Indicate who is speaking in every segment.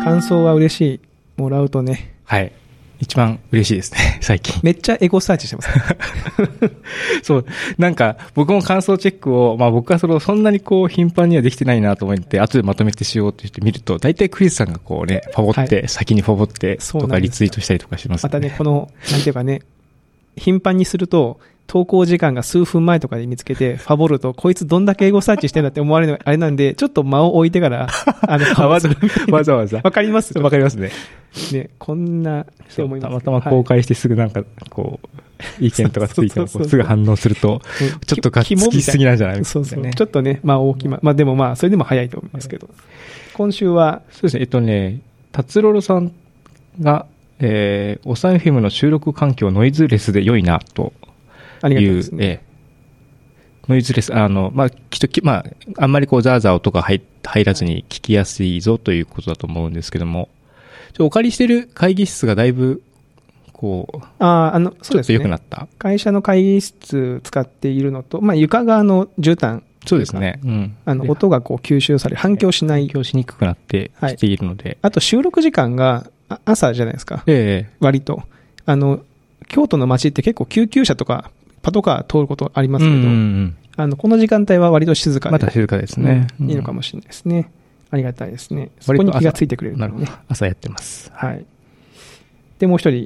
Speaker 1: 感想は嬉しい。もらうとね。
Speaker 2: はい。一番嬉しいですね、最近。
Speaker 1: めっちゃエゴサーチしてます。
Speaker 2: そう。なんか、僕も感想チェックを、まあ僕はそんなにこう頻繁にはできてないなと思って、後でまとめてしようって言って見ると、大体クリスさんがこうね、ファボって、先にファボって、とかリツイートしたりとかしますね。
Speaker 1: またね、この、なんていうかね、頻繁にすると、投稿時間が数分前とかで見つけて、ファボると、こいつどんだけエゴサーチしてんだって思われるのあれなんで、ちょっと間を置いてから、
Speaker 2: わざわざ。
Speaker 1: わかります
Speaker 2: わかりますね。
Speaker 1: ね、こんな、って思います。
Speaker 2: たまたま公開してすぐなんか、こう、意見とかツイートをすぐ反応すると、ちょっとがっつきすぎなんじゃないですかね。
Speaker 1: そうそう。ちょっとね、まあ大きまあでもまあ、それでも早いと思いますけど。今週は、
Speaker 2: そうですね、達郎さんが、おさん FM の収録環境ノイズレスで良いな、と。
Speaker 1: ありがとうですね。
Speaker 2: ノイズレス、まあ、きっと、まあ、あんまりこう、ザーザー音が入らずに聞きやすいぞということだと思うんですけども、お借りしてる会議室がだいぶ、こう、
Speaker 1: そうですね。
Speaker 2: ちょっと良くなった。
Speaker 1: 会社の会議室使っているのと、まあ、床が絨毯。
Speaker 2: そうですね。うん。
Speaker 1: 音がこう吸収され、反響しない。
Speaker 2: 反響しにくくなってきているので。
Speaker 1: あと収録時間が朝じゃないですか。割と。京都の街って結構救急車とか、パトカー通ることありますけど、この時間帯は割と静かで。
Speaker 2: まだ静かですね。
Speaker 1: いいのかもしれないですね。ありがたいですね。そこに気がついてくれる、ね。
Speaker 2: なるほど。朝やってます。
Speaker 1: はい。で、もう一人。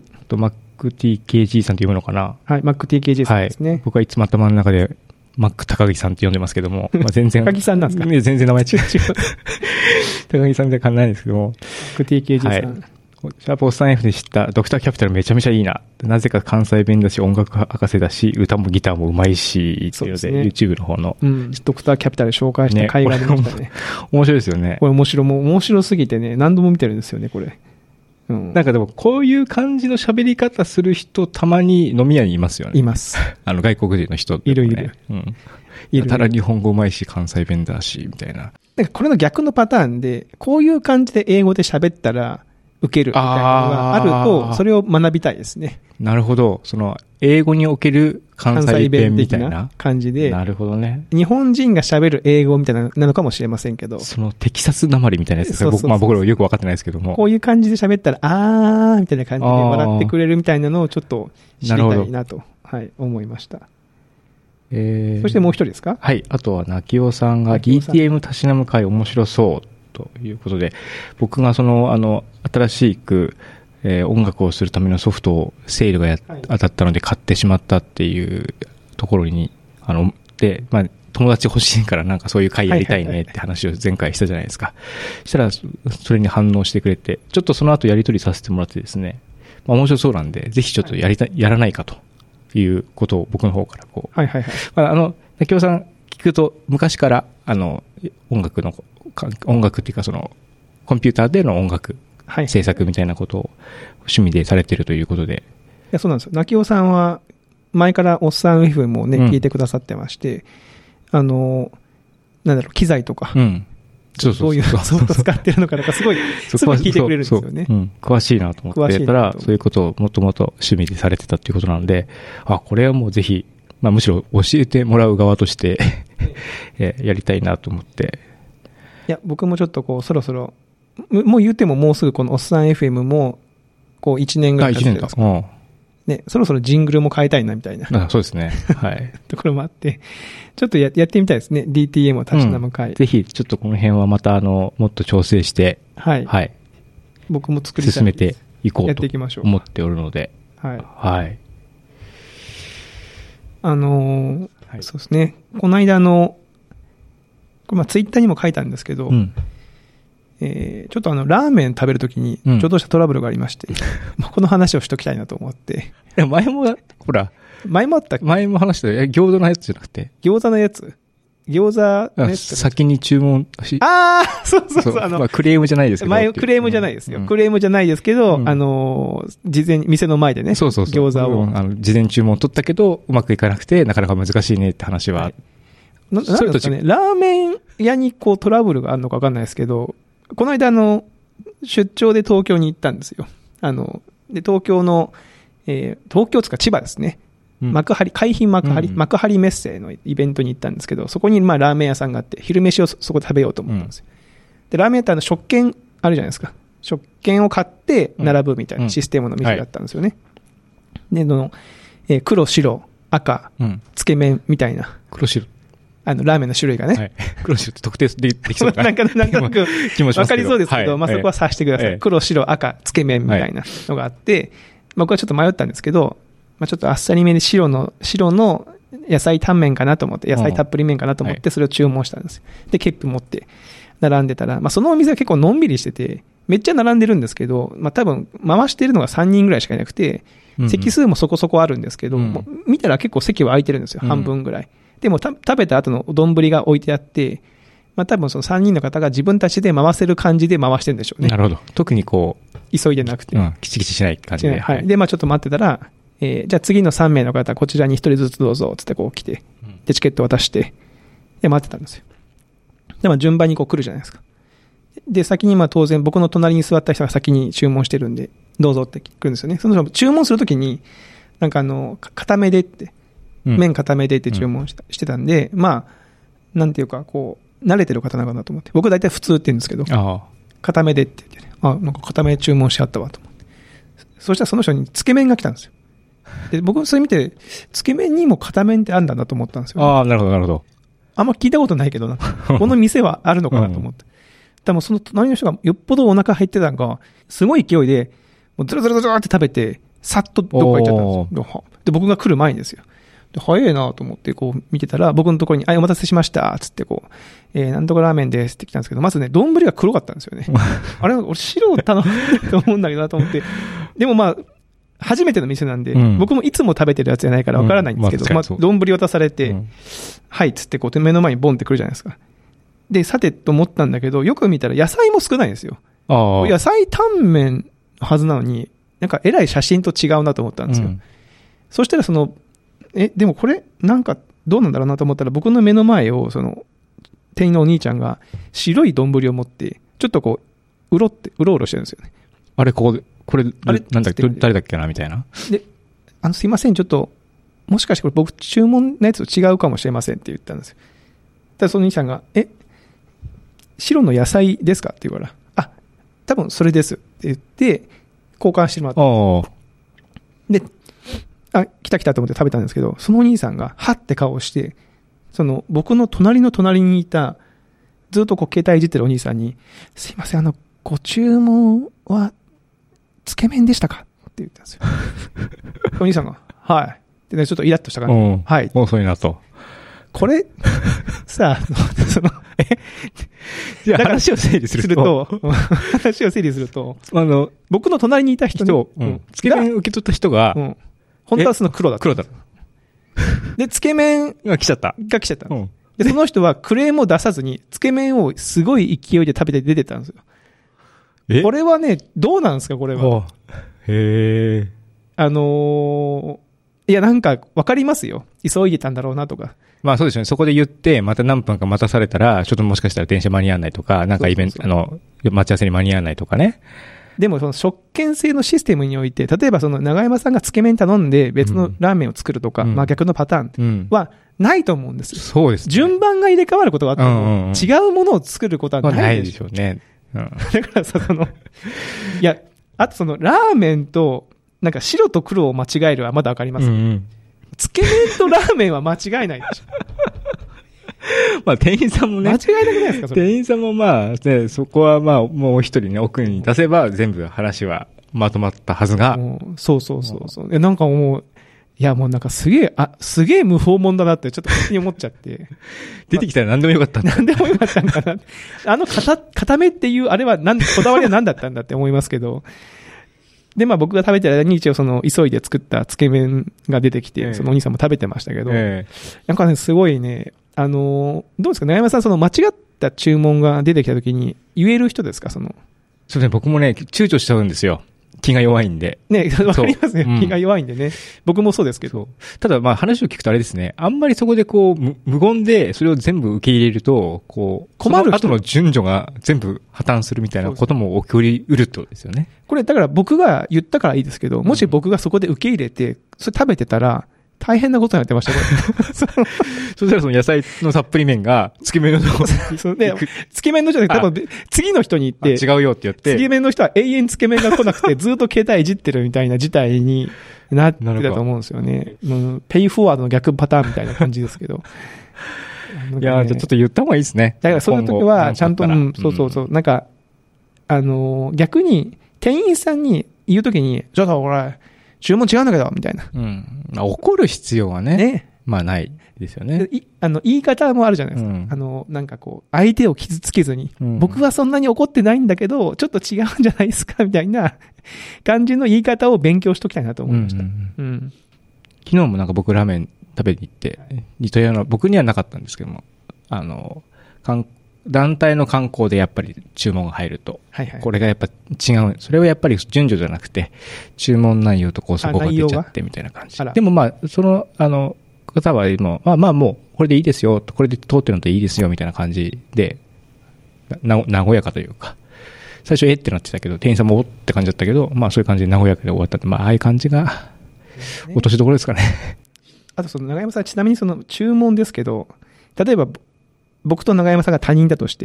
Speaker 2: MacTKG さんって読むのかな。
Speaker 1: はい、MacTKG さんですね。はい、
Speaker 2: 僕はいつも頭の中で Mac 高木さんって呼んでますけども、まあ、全然。
Speaker 1: 高木さんなんですか？
Speaker 2: 全然名前違う。高木さんじゃ変わらないですけども。
Speaker 1: MacTKG さん。はい、
Speaker 2: シャープおっさん F で知ったドクターキャピタルめちゃめちゃいいな。なぜか関西弁だし、音楽博士だし、歌もギターもうまいし、っていうので、YouTube の方の。
Speaker 1: ドクターキャピタル紹介した回がありましたね。
Speaker 2: 面白いですよね。
Speaker 1: これ面白すぎてね、何度も見てるんですよね、これ。
Speaker 2: なんかでも、こういう感じの喋り方する人、たまに飲み屋にいますよね。
Speaker 1: います。
Speaker 2: 外国人の人、ね。
Speaker 1: いる。
Speaker 2: やたら日本語うまいし、関西弁だし、みたいな。
Speaker 1: なんかこれの逆のパターンで、こういう感じで英語で喋ったら、受けるみたいなのがあると、それを学びたいですね。
Speaker 2: なるほど。英語における関西弁みたいな
Speaker 1: 感じで。
Speaker 2: なるほどね。
Speaker 1: 日本人が喋る英語みたいなのかもしれませんけど。
Speaker 2: テキサスなまりみたいなやつですか。僕らはよくわかってないですけども。
Speaker 1: こういう感じで喋ったら、みたいな感じで笑ってくれるみたいなのをちょっと知りたいなと、はい、思いました。そしてもう一人ですか？
Speaker 2: はい。あとは、泣きおさんが DTM たしなむ会面白そう。ということで、僕が新しく、音楽をするためのソフトをセールが当たったので買ってしまったっていうところに、で、まあ、友達欲しいからなんかそういう会やりたいねって話を前回したじゃないですか。したら、それに反応してくれて、ちょっとその後やり取りさせてもらってですね、まあ面白そうなんで、ぜひちょっとやらないかということを僕の方からこう。まあ、泣きおさん聞くと昔から、音楽っていうかコンピューターでの音楽制作みたいなことを趣味でされてるということで。
Speaker 1: いや、そうなんですよ。泣きおさんは前からおっさん F もね、聞いてくださってまして、機材とか、そういうソフト使ってるのかとか、すごい聞いてくれるんですよね。
Speaker 2: 詳しいなと思ってたら、そういうことをもともと趣味でされてたっていうことなんで、これはもうぜひ、まあむしろ教えてもらう側としてやりたいなと思って。
Speaker 1: いや、僕もちょっとそろそろ、もう言ってももうすぐこのおっさん FM も、1年ぐらい経ってるんですか。ね、そろそろジングルも変えたいなみたいな。
Speaker 2: そうですね。はい。
Speaker 1: ところもあって、ちょっとやってみたいですね。DTM をたしなむ会。
Speaker 2: ぜひ、ちょっとこの辺はまたもっと調整して、
Speaker 1: はい。僕も作りたい。
Speaker 2: 進めていこうと思っておるので。
Speaker 1: はい。
Speaker 2: はい。
Speaker 1: そうですね。この間これツイッターにも書いたんですけど、ちょっとラーメン食べるときに、ちょっとしたトラブルがありまして、この話をしときたいなと思って。
Speaker 2: 前も、ほら。
Speaker 1: 前もあったっけ？
Speaker 2: 前も話したよ。餃子のやつじゃなくて。
Speaker 1: 餃子のやつ
Speaker 2: 先に注文し。
Speaker 1: そう。
Speaker 2: まあ、クレームじゃないですけど。
Speaker 1: クレームじゃないですよ。クレームじゃないですけど、事前に、店の前でね。餃子を。
Speaker 2: 事前注文取ったけど、うまくいかなくて、なかなか難しいねって話は。
Speaker 1: なんですかね、ラーメン屋にトラブルがあるのか分かんないですけど、この間出張で東京に行ったんですよ。で、東京つか千葉ですね。幕張、海浜幕張メッセのイベントに行ったんですけど、そこにラーメン屋さんがあって、昼飯をそこで食べようと思ったんですよ。で、ラーメン屋って食券あるじゃないですか。 食券を買って並ぶみたいなシステムの店だったんですよね。で、黒、白、赤、つけ麺みたいな。
Speaker 2: 黒白。
Speaker 1: ラーメンの種類がね。はい、
Speaker 2: 黒白って特定できそうかな。
Speaker 1: なんかわかりそうですけど、まあそこは察してください。黒、白、赤、つけ麺みたいなのがあって、僕はちょっと迷ったんですけど、まあちょっとあっさりめで白の野菜タンメンかなと思って、野菜たっぷり麺かなと思って、それを注文したんですよ。で、ケップ持って並んでたら、まあそのお店は結構のんびりしてて、めっちゃ並んでるんですけど、まあ多分回してるのが3人ぐらいしかいなくて、席数もそこそこあるんですけど、もう見たら結構席は空いてるんですよ、半分ぐらい。でも食べた後の丼が置いてあって、まあ多分その3人の方が自分たちで回せる感じで回してるんでしょうね。
Speaker 2: なるほど。特にこう。
Speaker 1: 急いでなくて。
Speaker 2: キチキチしない感じで。
Speaker 1: はい。で、まあちょっと待ってたら、じゃあ次の3名の方、こちらに1人ずつどうぞ、つってこう来て、で、チケット渡して、で、待ってたんですよ。で、まあ順番にこう来るじゃないですか。で、先にまあ当然僕の隣に座った人が先に注文してるんで、どうぞって来るんですよね。その人注文するときに、なんか固めでって、麺固めでって注文してたんで、まあ、なんていうか、こう、慣れてる方なのかなと思って。僕大体普通って言うんですけど、固めでって言ってね、なんか固め注文しちゃったわと思って。そしたらその人につけ麺が来たんですよ。で、僕それ見て、つけ麺にも固麺ってあるんだなと思ったんですよ、ね。
Speaker 2: なるほど、なるほど。
Speaker 1: あんま聞いたことないけどな。この店はあるのかなと思って。多分その隣の人がよっぽどお腹入ってたのか、すごい勢いで、もうずるずるずるって食べて、さっとどっか行っちゃったんですよ。で、僕が来る前にですよ。で、早いなと思って、こう見てたら、僕のところに、お待たせしました、つってこう、なんとかラーメンですって来たんですけど、まずね、丼が黒かったんですよね。あれ、俺白を頼んだと思うんだけどなと思って。でもまあ、初めての店なんで、僕もいつも食べてるやつじゃないからわからないんですけど、丼渡されて、はい、つってこう、目の前にボンって来るじゃないですか。で、さてと思ったんだけど、よく見たら野菜も少ないんですよ。野菜タンメンのはずなのに、なんかえらい写真と違うなと思ったんですよ。そしたらでもこれ、なんかどうなんだろうなと思ったら、僕の目の前を、店員のお兄ちゃんが白い丼を持って、ちょっとこう、うろうろしてるんですよね。
Speaker 2: あれ、これ、なんだっけ、誰だっけな、みたいな。
Speaker 1: で、すいません、ちょっと、もしかしてこれ僕注文のやつと違うかもしれませんって言ったんですよ。ただその兄さんが、白の野菜ですかって言うから、多分それですって言って、交換してもらった。で、来たと思って食べたんですけど、そのお兄さんが、はって顔をして、僕の隣にいた、ずっとこう携帯いじってるお兄さんに、すいません、ご注文は、つけ麺でしたかって言ったんですよ。お兄さんが、はい。でね、ちょっとイラッとした感じ。はい。
Speaker 2: 遅いなと。
Speaker 1: これ、さあ、
Speaker 2: じゃあ話を整理すると、
Speaker 1: 僕の隣にいた人に、
Speaker 2: つけ麺受け取った人が、
Speaker 1: 本当はその黒だった。で、つけ麺
Speaker 2: が来ちゃった。
Speaker 1: で、その人はクレームを出さずに、つけ麺をすごい勢いで食べて出てたんですよ。これはね、どうなんですか、これは。
Speaker 2: へー。
Speaker 1: いや、なんか、わかりますよ。急いでたんだろうなとか。
Speaker 2: まあそうですよね。そこで言って、また何分か待たされたら、ちょっともしかしたら電車間に合わないとか、なんかイベント、待ち合わせに間に合わないとかね。
Speaker 1: でも、食券制のシステムにおいて、例えば長山さんがつけ麺頼んで別のラーメンを作るとか、まあ逆のパターンはないと思うんですよ。
Speaker 2: そうです、ね。
Speaker 1: 順番が入れ替わることはあっても、違うものを作ることはない
Speaker 2: でしょうね。
Speaker 1: だからさ、いや、あとラーメンと、なんか白と黒を間違えるはまだわかります。つけ麺とラーメンは間違えないでしょ。
Speaker 2: まあ店員さんもね。
Speaker 1: 間違いなくないですか、それ。
Speaker 2: 店員さんもまあ、ね、そこはまあ、もう一人ね、奥に出せば全部話はまとまったはずが。
Speaker 1: そう。なんかもう、いやもうなんかすげえ無法者だなってちょっと勝手に思っちゃって。
Speaker 2: 出てきたら何でもよかったんだ。
Speaker 1: 何でもよかったんだな。固めっていう、あれはこだわりは何だったんだって思いますけど。で、まあ僕が食べてる間に一応急いで作ったつけ麺が出てきて、そのお兄さんも食べてましたけど、なんかね、すごいね、どうですか、長山さん、間違った注文が出てきたときに言える人ですか、
Speaker 2: そうね、僕もね、躊躇しちゃうんですよ。気が弱いんで。
Speaker 1: ね、わかりますね、気が弱いんでね。僕もそうですけど。
Speaker 2: ただ、まあ話を聞くとあれですね、あんまりそこでこう、無言でそれを全部受け入れると、こう、困る人。その後の順序が全部破綻するみたいなことも起こりうるってことですよね。
Speaker 1: これ、だから僕が言ったからいいですけど、もし僕がそこで受け入れて、それ食べてたら、 大変なことになってました、これ。
Speaker 2: そしたらその野菜のたっぷり麺が、つけ麺のところ
Speaker 1: で、つけ麺の人で多分、次の人に行って、
Speaker 2: 違うよって言って。
Speaker 1: つけ麺の人は永遠つけ麺が来なくて、ずっと携帯いじってるみたいな事態になってたと思うんですよね。ペイフォワードの逆パターンみたいな感じですけど。
Speaker 2: いや、じゃあちょっと言った方がいいですね。
Speaker 1: だからそういう時は、ちゃんと、そう。なんか、逆に、店員さんに言う時に、ちょっと俺、注文違うんだけど、みたいな。
Speaker 2: 怒る必要はね。まあないですよね。
Speaker 1: 言い方もあるじゃないですか。なんかこう、相手を傷つけずに、僕はそんなに怒ってないんだけど、ちょっと違うんじゃないですか、みたいな感じの言い方を勉強しときたいなと思いました。昨
Speaker 2: 日もなんか僕ラーメン食べに行って、似たような、僕にはなかったんですけども、団体の観光でやっぱり注文が入ると、これがやっぱ違う。それはやっぱり順序じゃなくて、注文内容とこうそこが出ちゃってみたいな感じ。でもまあ、その、方はもう、まあもう、これでいいですよ、これで通ってるのでいいですよ、みたいな感じで、和やかというか、最初ってなってたけど、店員さんもおって感じだったけど、まあそういう感じで和やかで終わったって、まあああいう感じが、落としどころですかね。
Speaker 1: あとその長山さん、ちなみにその注文ですけど、例えば、僕と長山さんが他人だとして、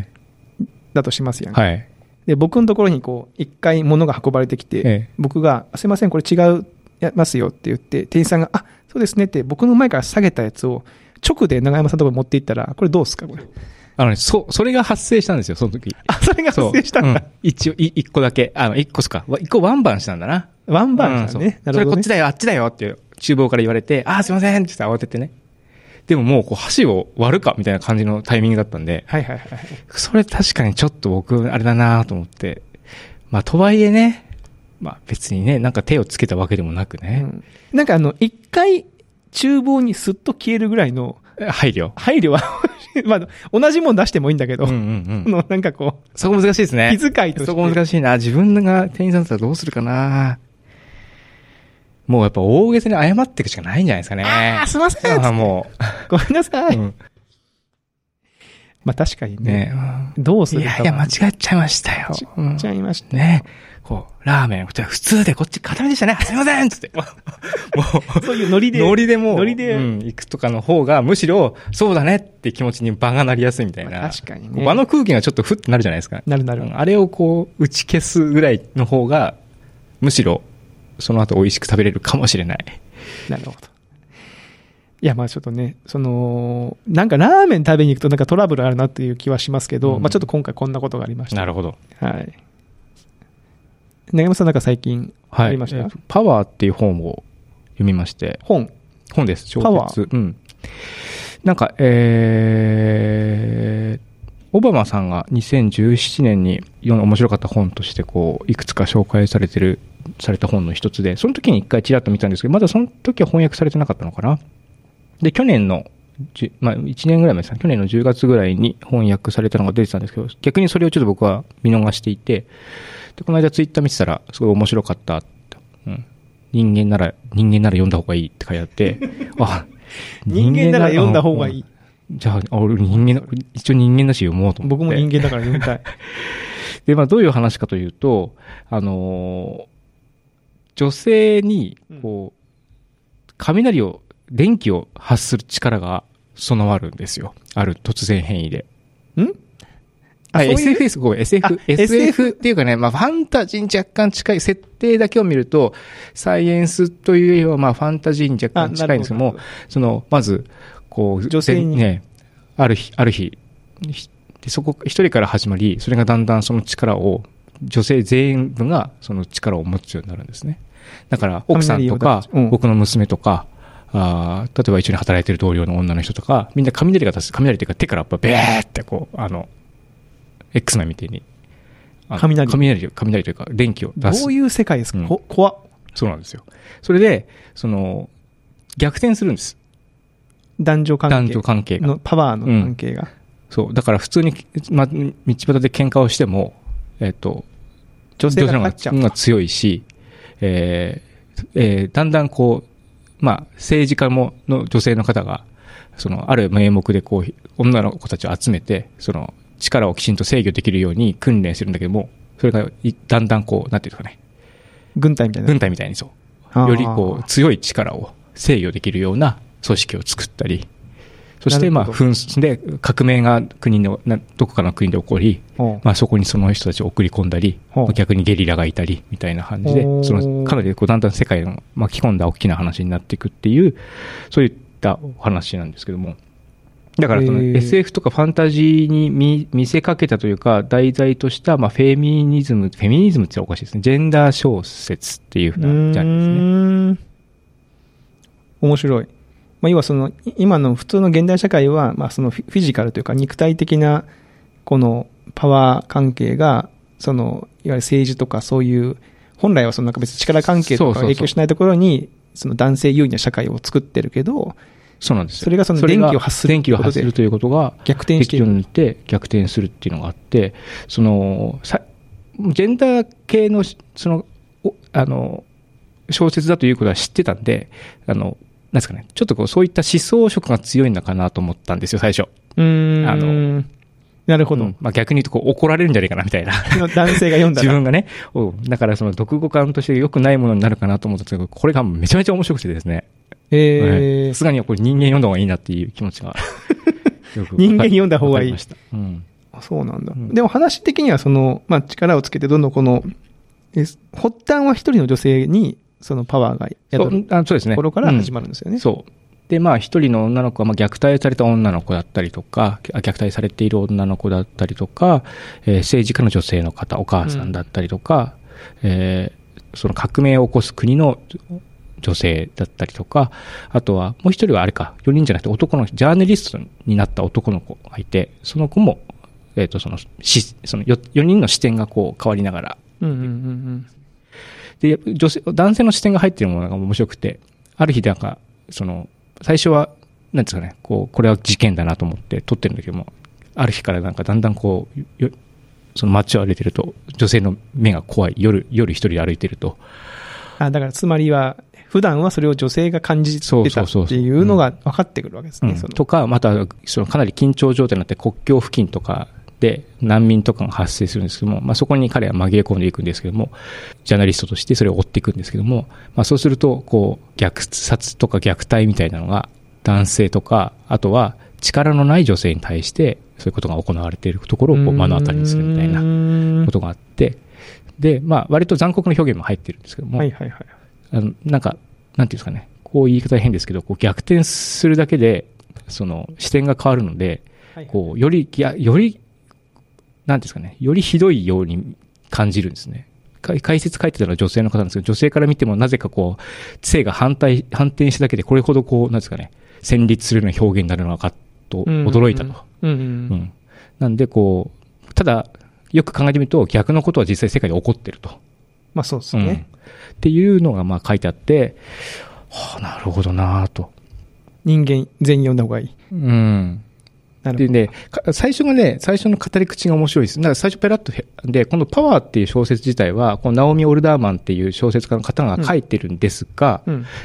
Speaker 1: だとしますやん。で、僕のところにこう、一回物が運ばれてきて、僕が、すいません、これ違う、ますよって言って、店員さんが、あ、そうですねって、僕の前から下げたやつを、直で長山さんのところに持っていったら、これどうすか、これ。
Speaker 2: それが発生したんですよ、その時。
Speaker 1: それが発生したんだ。
Speaker 2: 一応、一個だけ、一個っすか。一個ワンバンしたんだな。
Speaker 1: ワンバンしたね。
Speaker 2: なるほど。それこっちだよ、あっちだよって、厨房から言われて、すいませんって言って慌ててね。でももうこう箸を割るかみたいな感じのタイミングだったんで、それ確かにちょっと僕あれだなと思って、まあとはいえね、まあ別にねなんか手をつけたわけでもなくね、
Speaker 1: なんか一回厨房にスッと消えるぐらいの
Speaker 2: 配慮
Speaker 1: はまあ同じもん出してもいいんだけど、なんかこう
Speaker 2: そこ難しいですね。
Speaker 1: 気遣いとして
Speaker 2: そこ難しいな。自分が店員さんだったらどうするかな。もうやっぱ大げさに謝っていくしかないんじゃないですかね。
Speaker 1: すいません。
Speaker 2: も
Speaker 1: う。ごめんなさい。まあ確かにね。どうするか。
Speaker 2: いや、間違っちゃいましたよ。
Speaker 1: 間違っちゃいました
Speaker 2: ね。こう、ラーメン、普通でこっち固めでしたね。すいませんつって。も
Speaker 1: う、そういうノリで。
Speaker 2: 行くとかの方が、むしろ、そうだねって気持ちに場がなりやすいみたいな。
Speaker 1: 確かにね。
Speaker 2: 場の空気がちょっとふってなるじゃないですか。
Speaker 1: なる。
Speaker 2: あれをこう、打ち消すぐらいの方が、むしろ、その後美味しく食べれるかもしれない。
Speaker 1: なるほど。いや、まあちょっとね、なんかラーメン食べに行くとなんかトラブルあるなっていう気はしますけど、まあちょっと今回こんなことがありました。
Speaker 2: なるほど。
Speaker 1: はい。長山さんなんか最近ありました？
Speaker 2: パワーっていう本を読みまして。
Speaker 1: 本
Speaker 2: です。
Speaker 1: パワー。
Speaker 2: なんか、オバマさんが2017年に面白かった本としてこういくつか紹介された本の一つで、その時に一回ちらっと見たんですけど、まだその時は翻訳されてなかったのかな。で、去年の、1年ぐらい前ですか、去年の10月ぐらいに翻訳されたのが出てたんですけど、逆にそれをちょっと僕は見逃していて、で、この間ツイッター見てたら、すごい面白かった。人間なら読んだ方がいいって書いてあって、
Speaker 1: 人間なら読んだ方がいい。
Speaker 2: じゃあ、俺一応人間だし読もうと思って。
Speaker 1: 僕も人間だから読みたい。
Speaker 2: で、まあどういう話かというと、女性に、こう、電気を発する力が備わるんですよ。ある突然変異で。SF です、SF っていうかね、まあファンタジーに若干近い、設定だけを見ると、サイエンスというよりはまあファンタジーに若干近いんですけども、まず、こう、
Speaker 1: 女性に
Speaker 2: ね、ある日、でそこ一人から始まり、それがだんだんその力を、女性全部がその力を持つようになるんですね。だから、奥さんとか、僕の娘とか、例えば一緒に働いてる同僚の女の人とか、みんな雷っていうか手からベーってこう、X メンみたいに、雷というか電気を出す。
Speaker 1: どういう世界ですか？怖っ。
Speaker 2: そうなんですよ。それで、逆転するんです。
Speaker 1: 男女関係
Speaker 2: が。
Speaker 1: パワーの関係が。
Speaker 2: そう。だから普通に、道端で喧嘩をしても、
Speaker 1: 女性が勝っちゃう。
Speaker 2: が強いし、だんだんこう、政治家の女性の方が、ある名目でこう、女の子たちを集めて、力をきちんと制御できるように訓練するんだけども、それがだんだんこう、なんていうかね。
Speaker 1: 軍隊みたい
Speaker 2: にそう。よりこう、強い力を制御できるような組織を作ったり、そして紛争で革命がどこかの国で起こり、そこにその人たちを送り込んだり、逆にゲリラがいたりみたいな感じで、かなりだんだん世界を巻き込んだ大きな話になっていくっていう、そういったお話なんですけども、だからその SF とかファンタジーに見せかけたというか、題材としたフェミニズムっておかしいですね、ジェンダー小説っていうふうなジャンルですね。
Speaker 1: 面白い。要はその今の普通の現代社会は、そのフィジカルというか肉体的なこのパワー関係が、そのいわゆる政治とかそういう本来はその別に力関係とか影響しないところにその男性優位な社会を作ってるけど、
Speaker 2: そうなんですよ。
Speaker 1: それがその電気を発する
Speaker 2: ということが
Speaker 1: 逆転している。
Speaker 2: 逆転するっていうのがあって、そのジェンダー系のその小説だということは知ってたんで、なんですかね、ちょっとそういった思想色が強いのかなと思ったんですよ、最初。
Speaker 1: なるほど。
Speaker 2: 逆に言うと怒られるんじゃないかなみたいな。
Speaker 1: 男性が読んだら。
Speaker 2: 自分がね。だからその読後感として良くないものになるかなと思ったんですけど、これがめちゃめちゃ面白くてですね。さすがにこれ人間読んだ方がいいなっていう気持ちが。
Speaker 1: 人間読んだ方がいい。
Speaker 2: そう
Speaker 1: なんだ。でも話的にはその、力をつけてどんどんこの、発端は一人の女性に、そのパワーが宿るところから始まるんですよね。
Speaker 2: そう。で、一人の女の子は、虐待された女の子だったりとか、虐待されている女の子だったりとか、政治家の女性の方、お母さんだったりとか、その革命を起こす国の女性だったりとか、あとは、もう一人はあれか、4人じゃなくて男のジャーナリストになった男の子がいて、その子も、その4人の視点がこう変わりながら、で、男性の視点が入っているものが面白くて、ある日なんか、最初は、なんですかね、これは事件だなと思って撮ってるんだけども、ある日からなんかだんだんその街を歩いてると、女性の目が怖い、夜一人で歩いてると。
Speaker 1: だからつまりは、普段はそれを女性が感じてたっていうのが分かってくるわけですね。
Speaker 2: とか、また、かなり緊張状態になって国境付近とか、で難民とかが発生するんですけども、そこに彼は紛れ込んでいくんですけども、ジャーナリストとしてそれを追っていくんですけども、そうすると虐殺とか虐待みたいなのが男性とか、あとは力のない女性に対してそういうことが行われているところを目の当たりにするみたいなことがあって、で割と残酷な表現も入ってるんですけども、なんかなんていうんですかね、こう言い方変ですけど、逆転するだけでその視点が変わるので、よりなんですかね、よりひどいように感じるんですね。解説書いてたのは女性の方なんですけど、女性から見てもなぜか性が反転しただけでこれほどなんですかね、戦慄するような表現になるのかと驚いたと。なんでただ、よく考えてみると逆のことは実際世界で起こってると。
Speaker 1: そうですね。
Speaker 2: っていうのが書いてあって、なるほどなぁと。
Speaker 1: 人間全員読んだ方がいい。
Speaker 2: でね、最初の語り口が面白いです。だから最初ペラッとで、このパワーっていう小説自体は、このナオミ・オルダーマンっていう小説家の方が書いてるんですが、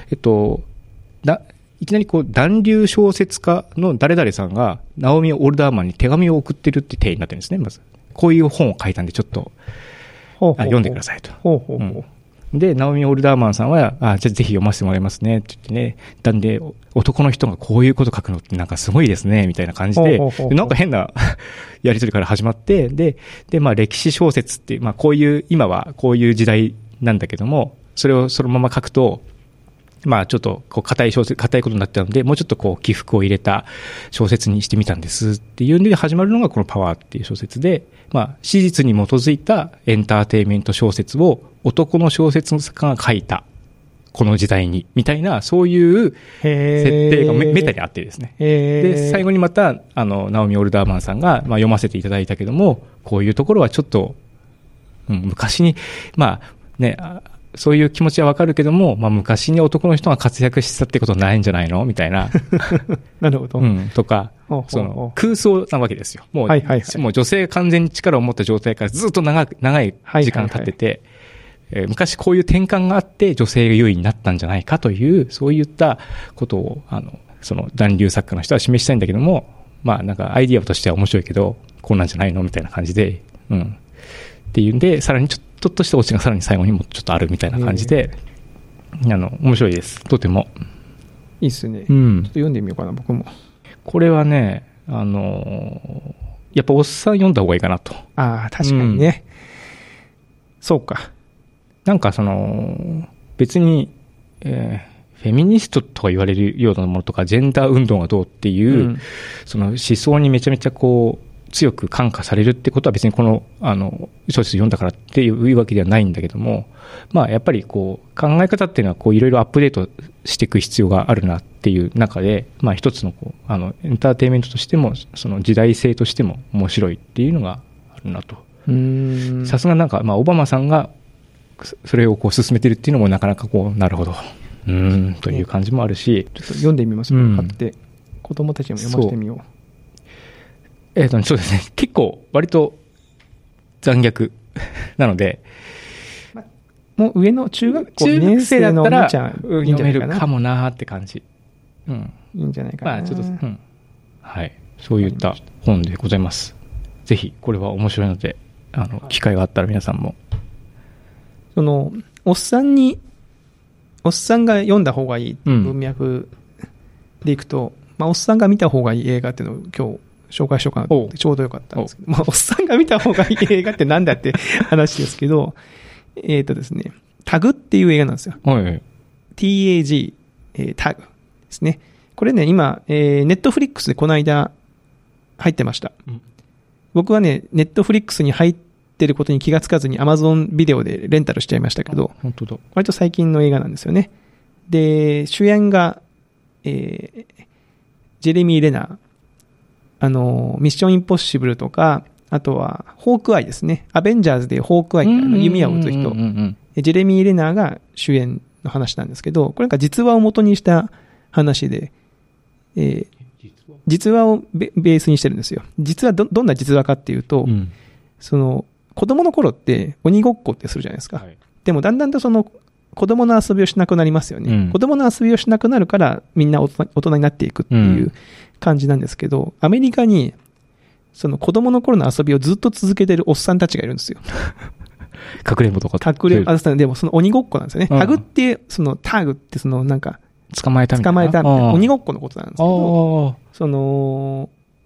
Speaker 2: いきなり暖流小説家の誰々さんが、ナオミ・オルダーマンに手紙を送ってるって体になってるんですね、まず。こういう本を書いたんで、ちょっと、読んでくださいと。で、ナオミ・オルダーマンさんは、じゃあぜひ読ませてもらいますね、って言ってね。なんで、男の人がこういうこと書くのってなんかすごいですね、みたいな感じで、なんか変なやりとりから始まって、で、歴史小説っていう、今はこういう時代なんだけども、それをそのまま書くと、ちょっと硬いことになっちゃうので、もうちょっと起伏を入れた小説にしてみたんですっていうので始まるのがこのパワーっていう小説で、史実に基づいたエンターテインメント小説を男の小説家が書いた、この時代に、みたいな、そういう設定がめったにあってですね。で、最後にまた、ナオミ・オルダーマンさんが、読ませていただいたけども、こういうところはちょっと、昔に、そういう気持ちはわかるけども、昔に男の人が活躍してたってことはないんじゃないのみたいな。
Speaker 1: なるほど。
Speaker 2: とか、空想なわけですよ。もう女性が完全に力を持った状態からずっと長い時間経ってて、昔こういう転換があって女性が優位になったんじゃないかという、そういったことを、その暖流作家の人は示したいんだけども、なんかアイディアとしては面白いけど、こうなんじゃないのみたいな感じで、っていうんで、さらにちょっとしたオチがさらに最後にもちょっとあるみたいな感じで、面白いです。とても。
Speaker 1: いいっすね。
Speaker 2: うん。
Speaker 1: ちょっと読んでみようかな、僕も。
Speaker 2: これはね、やっぱおっさん読んだ方がいいかなと。
Speaker 1: ああ、確かにね。そうか。
Speaker 2: なんか別に、フェミニストとか言われるようなものとか、ジェンダー運動がどうっていう、その思想にめちゃめちゃこう、強く感化されるってことは別にこの、小説読んだからっていうわけではないんだけども、まあやっぱりこう、考え方っていうのはこう、いろいろアップデートしていく必要があるなっていう中で、まあ一つのこう、エンターテインメントとしても、その時代性としても面白いっていうのがあるなと。さすがなんか、まあオバマさんが、それをこう進めてるっていうのもなかなかこう、なるほど。という感じもあるし。
Speaker 1: ちょっと読んでみます買って。子供たちにも読ませてみよう。
Speaker 2: そうですね。結構、割と残虐なので。
Speaker 1: もう上の中学校
Speaker 2: 2年生だったら
Speaker 1: 読
Speaker 2: めるかもなーって感じ。
Speaker 1: いいんじゃないかな。
Speaker 2: まあちょっと、はい。そういった本でございます。ぜひ、これは面白いので、機会があったら皆さんも。
Speaker 1: おっさんが読んだ方がいい文脈でいくと、まあ、おっさんが見た方がいい映画っていうのを今日紹介しようかなと思ってちょうどよかったんですけど、まあ、おっさんが見た方がいい映画ってなんだって話ですけど、ですね、タグっていう映画なんですよ。TAG、タグですね。これね、今、ネットフリックスでこの間入ってました。僕はね、ネットフリックスに入ってることに気がつかずに Amazon ビデオでレンタルしちゃいましたけど、
Speaker 2: 本当だ。
Speaker 1: 割と最近の映画なんですよね。で、主演が、ジェレミー・レナー、ミッション・インポッシブルとか、あとは、ホークアイですね。アベンジャーズでホークアイって弓矢を撃つ人。ジェレミー・レナーが主演の話なんですけど、これなんか実話を元にした話で、実話をベースにしてるんですよ。実はどんな実話かっていうと、子供の頃って鬼ごっこってするじゃないですか。でもだんだんと子供の遊びをしなくなりますよね。子供の遊びをしなくなるからみんな大人になっていくっていう感じなんですけど、アメリカに子供の頃の遊びをずっと続けてるおっさんたちがいるんですよ。
Speaker 2: かくれんぼとか。
Speaker 1: でも鬼ごっこなんですよね。タグって、タグってなんか、
Speaker 2: 捕まえたみたいな
Speaker 1: 鬼ごっこのことなんですけど、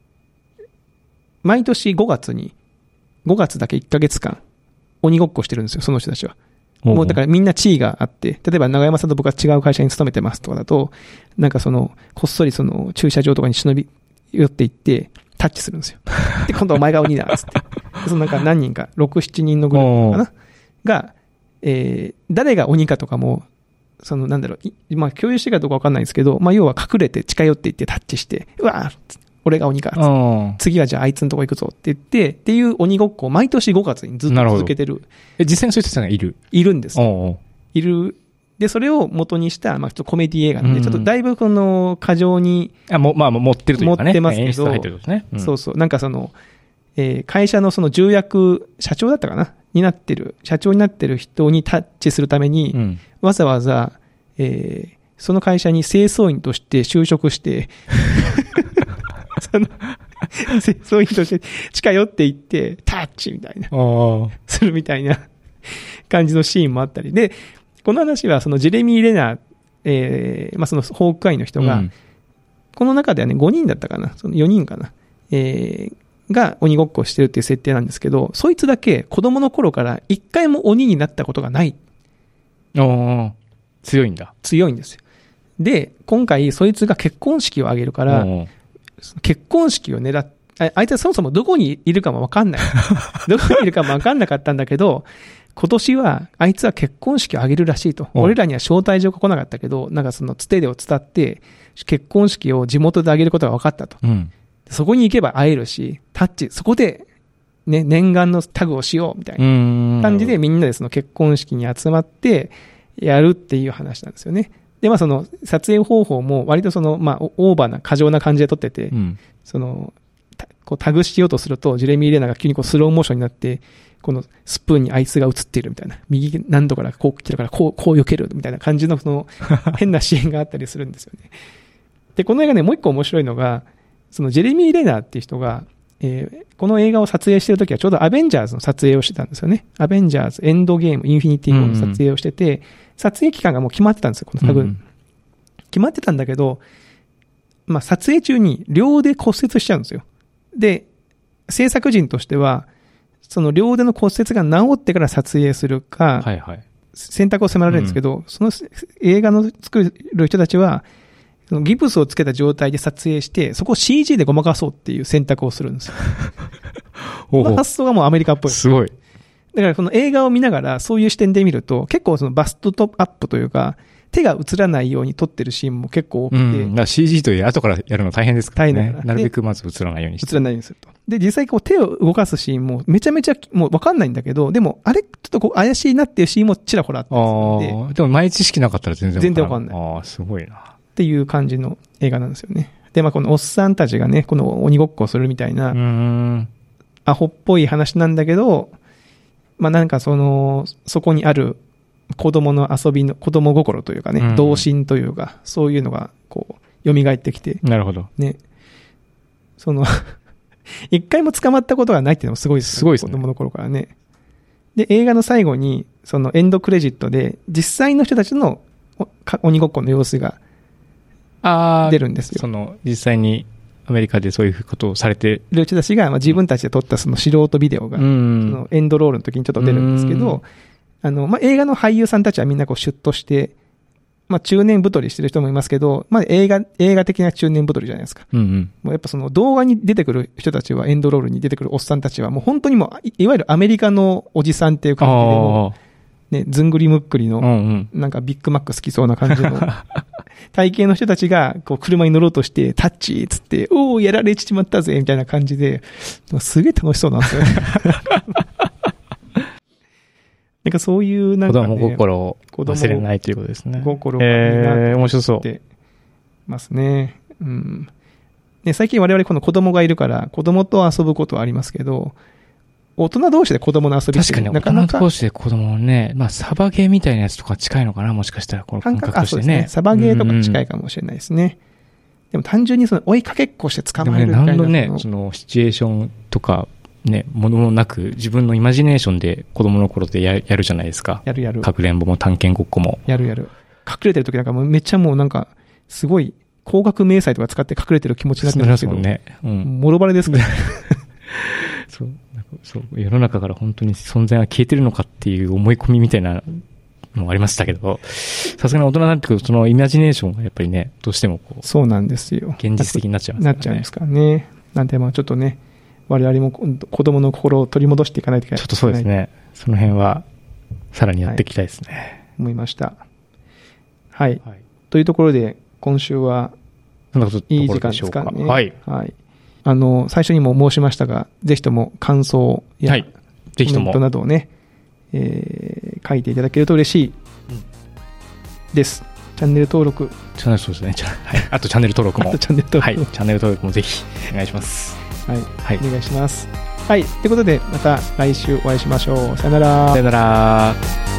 Speaker 1: 毎年5月だけ1ヶ月間、鬼ごっこしてるんですよ、その人たちは。もうだからみんな地位があって、例えば長山さんと僕は違う会社に勤めてますとかだと、なんかこっそり駐車場とかに忍び寄っていって、タッチするんですよ。で、今度はお前が鬼だっつって。なんか何人か、6、7人のグループかなが、誰が鬼かとかも、なんだろう、まあ共有してるかどうかわかんないですけど、まあ要は隠れて近寄っていってタッチして、うわー俺が鬼か。次はじゃああいつのとこ行くぞって言って、っていう鬼ごっこを毎年5月にずっと続けてる。
Speaker 2: 実際にそういう人がい
Speaker 1: るんです。いる。で、それを元にした、まあちょっとコメディ映画なんで、ちょっとだいぶ過剰に。
Speaker 2: まあ持ってるというかね。
Speaker 1: 持ってますけど。
Speaker 2: 演出入ってるとね。
Speaker 1: そうそう。なんか会社の重役、社長だったかな社長になってる人にタッチするために、わざわざ、その会社に清掃員として就職して、清掃員として近寄っていって、タッチみたいな、するみたいな感じのシーンもあったり。で、この話はジェレミー・レナー、まあホークアイの人が、この中ではね、5人だったかな4人かなが鬼ごっこをしてるっていう設定なんですけど、そいつだけ子供の頃から一回も鬼になったことがない。
Speaker 2: 強いんだ。
Speaker 1: 強いんですよ。で、今回そいつが結婚式を挙げるから、結婚式を狙って、あいつはそもそもどこにいるかもわかんない。どこにいるかもわかんなかったんだけど、今年はあいつは結婚式を挙げるらしいと。俺らには招待状が来なかったけど、なんかつてでを伝って、結婚式を地元で挙げることが分かったと。そこに行けば会えるし、タッチ、そこで、ね、念願のタグをしようみたいな感じでみんなで結婚式に集まってやるっていう話なんですよね。で、まあ撮影方法も割とまあオーバーな過剰な感じで撮ってて、こうタグしようとすると、ジェレミー・レナーが急にスローモーションになって、このスプーンにあいつが映っているみたいな、右何度からこう来てるからこう避けるみたいな感じの変なシーンがあったりするんですよね。で、この映画ね、もう一個面白いのが、ジェレミー・レナーっていう人が、この映画を撮影してるときはちょうどアベンジャーズの撮影をしてたんですよね。アベンジャーズ、エンドゲーム、インフィニティ・ウォーの撮影をしてて、撮影期間がもう決まってたんですよ、このタグ。 決まってたんだけど、まあ撮影中に両腕骨折しちゃうんですよ。で、制作陣としては、その両腕の骨折が治ってから撮影するか、
Speaker 2: はいはい。
Speaker 1: 選択を迫られるんですけど、その映画の作る人たちは、そのギプスをつけた状態で撮影して、そこを CG でごまかそうっていう選択をするんですよ。この発想がもうアメリカっぽい。
Speaker 2: すごい。
Speaker 1: だからこの映画を見ながらそういう視点で見ると、結構そのバストアップというか、手が映らないように撮ってるシーンも結構多くて。
Speaker 2: だから CG という後からやるの大変ですからね。
Speaker 1: 大変だから
Speaker 2: なるべくまず映らないようにして。
Speaker 1: 映らないようにすると。で、実際こう手を動かすシーンもめちゃめちゃもうわかんないんだけど、でもあれちょっとこう怪しいなっていうシーンもちらほらあったんですよ。
Speaker 2: でも前知識なかったら全然わかんない。
Speaker 1: あ
Speaker 2: あ、すごいな。
Speaker 1: っていう感じの映画なんですよね。で、まあこのおっさんたちがね、この鬼ごっこをするみたいな、アホっぽい話なんだけど、まあなんかそこにある子供の遊びの、子供心というかね、童心というか、そういうのがこう、蘇ってきて。
Speaker 2: なるほど。
Speaker 1: ね。一回も捕まったことがないっていうのもすごいですね。
Speaker 2: すごいですね。
Speaker 1: 子供の頃からね。で、映画の最後に、そのエンドクレジットで、実際の人たちの鬼ごっこの様子が出るんですよ。
Speaker 2: 実際にアメリカでそういうことをされて
Speaker 1: る人たちが、まあ、自分たちで撮ったその素人ビデオが、そのエンドロールの時にちょっと出るんですけど、まあ、映画の俳優さんたちはみんなこうシュッとして、まあ、中年太りしてる人もいますけど、まあ、映画的な中年太りじゃないですか。もうやっぱその動画に出てくる人たちは、エンドロールに出てくるおっさんたちは、もう本当にもう、いわゆるアメリカのおじさんっていう感じでもう、ね、ずんぐりむっくりの、なんかビッグマック好きそうな感じの、体型の人たちが、こう、車に乗ろうとして、タッチつって、おー、やられちまったぜみたいな感じで、すげえ楽しそうなんですよね。なんかそういうなんか、ね、
Speaker 2: 子供心を忘れないということですね。
Speaker 1: 心がいいな
Speaker 2: 面白そう。
Speaker 1: ってますね。ね、最近我々この子供がいるから、子供と遊ぶことはありますけど、大人同士で子供の遊びって
Speaker 2: 確かに大人同士で子供ね、まあサバゲーみたいなやつとか近いのかな、もしかしたらこの感覚としてね。
Speaker 1: そうですね。サバゲーとか近いかもしれないですね。でも単純にその追いかけっこして捕まえるみたいな。
Speaker 2: 何度ね、そのシチュエーションとか、ね、ものもなく自分のイマジネーションで子供の頃でやるじゃないですか。
Speaker 1: やる。
Speaker 2: かくれんぼも探検ごっこも。
Speaker 1: やる。隠れてる時なんかもうめっちゃもうなんか、すごい、高額明細とか使って隠れてる気持ちになってるんですけど。
Speaker 2: ね。
Speaker 1: もろバレですから。
Speaker 2: そう、世の中から本当に存在が消えてるのかっていう思い込みみたいなのもありましたけど、さすがに大人になってくるとそのイマジネーションがやっぱりね、どうしてもこう。
Speaker 1: そうなんですよ。
Speaker 2: 現実的になっちゃいます
Speaker 1: からね。なっちゃいますからね。なんでまあちょっとね、我々も子供の心を取り戻していかないといけない。
Speaker 2: ちょっとそうですね。その辺は、さらにやっていきたいですね。
Speaker 1: はい、思いました。はい。というところで、今週は、いい時間ですかね。
Speaker 2: はい。
Speaker 1: 最初にも申しましたが、ぜひとも感想や、
Speaker 2: ぜひとも。コメン
Speaker 1: トなどをね、書いていただけると嬉しいです。チャンネル登録。
Speaker 2: そうですね。はい。あとチャンネル登録も。
Speaker 1: チャンネル登録。
Speaker 2: はい。チャンネル登録もぜひお願いします。
Speaker 1: はい、お願いします。はい、ということでまた来週お会いしましょう。さよなら。
Speaker 2: さよなら。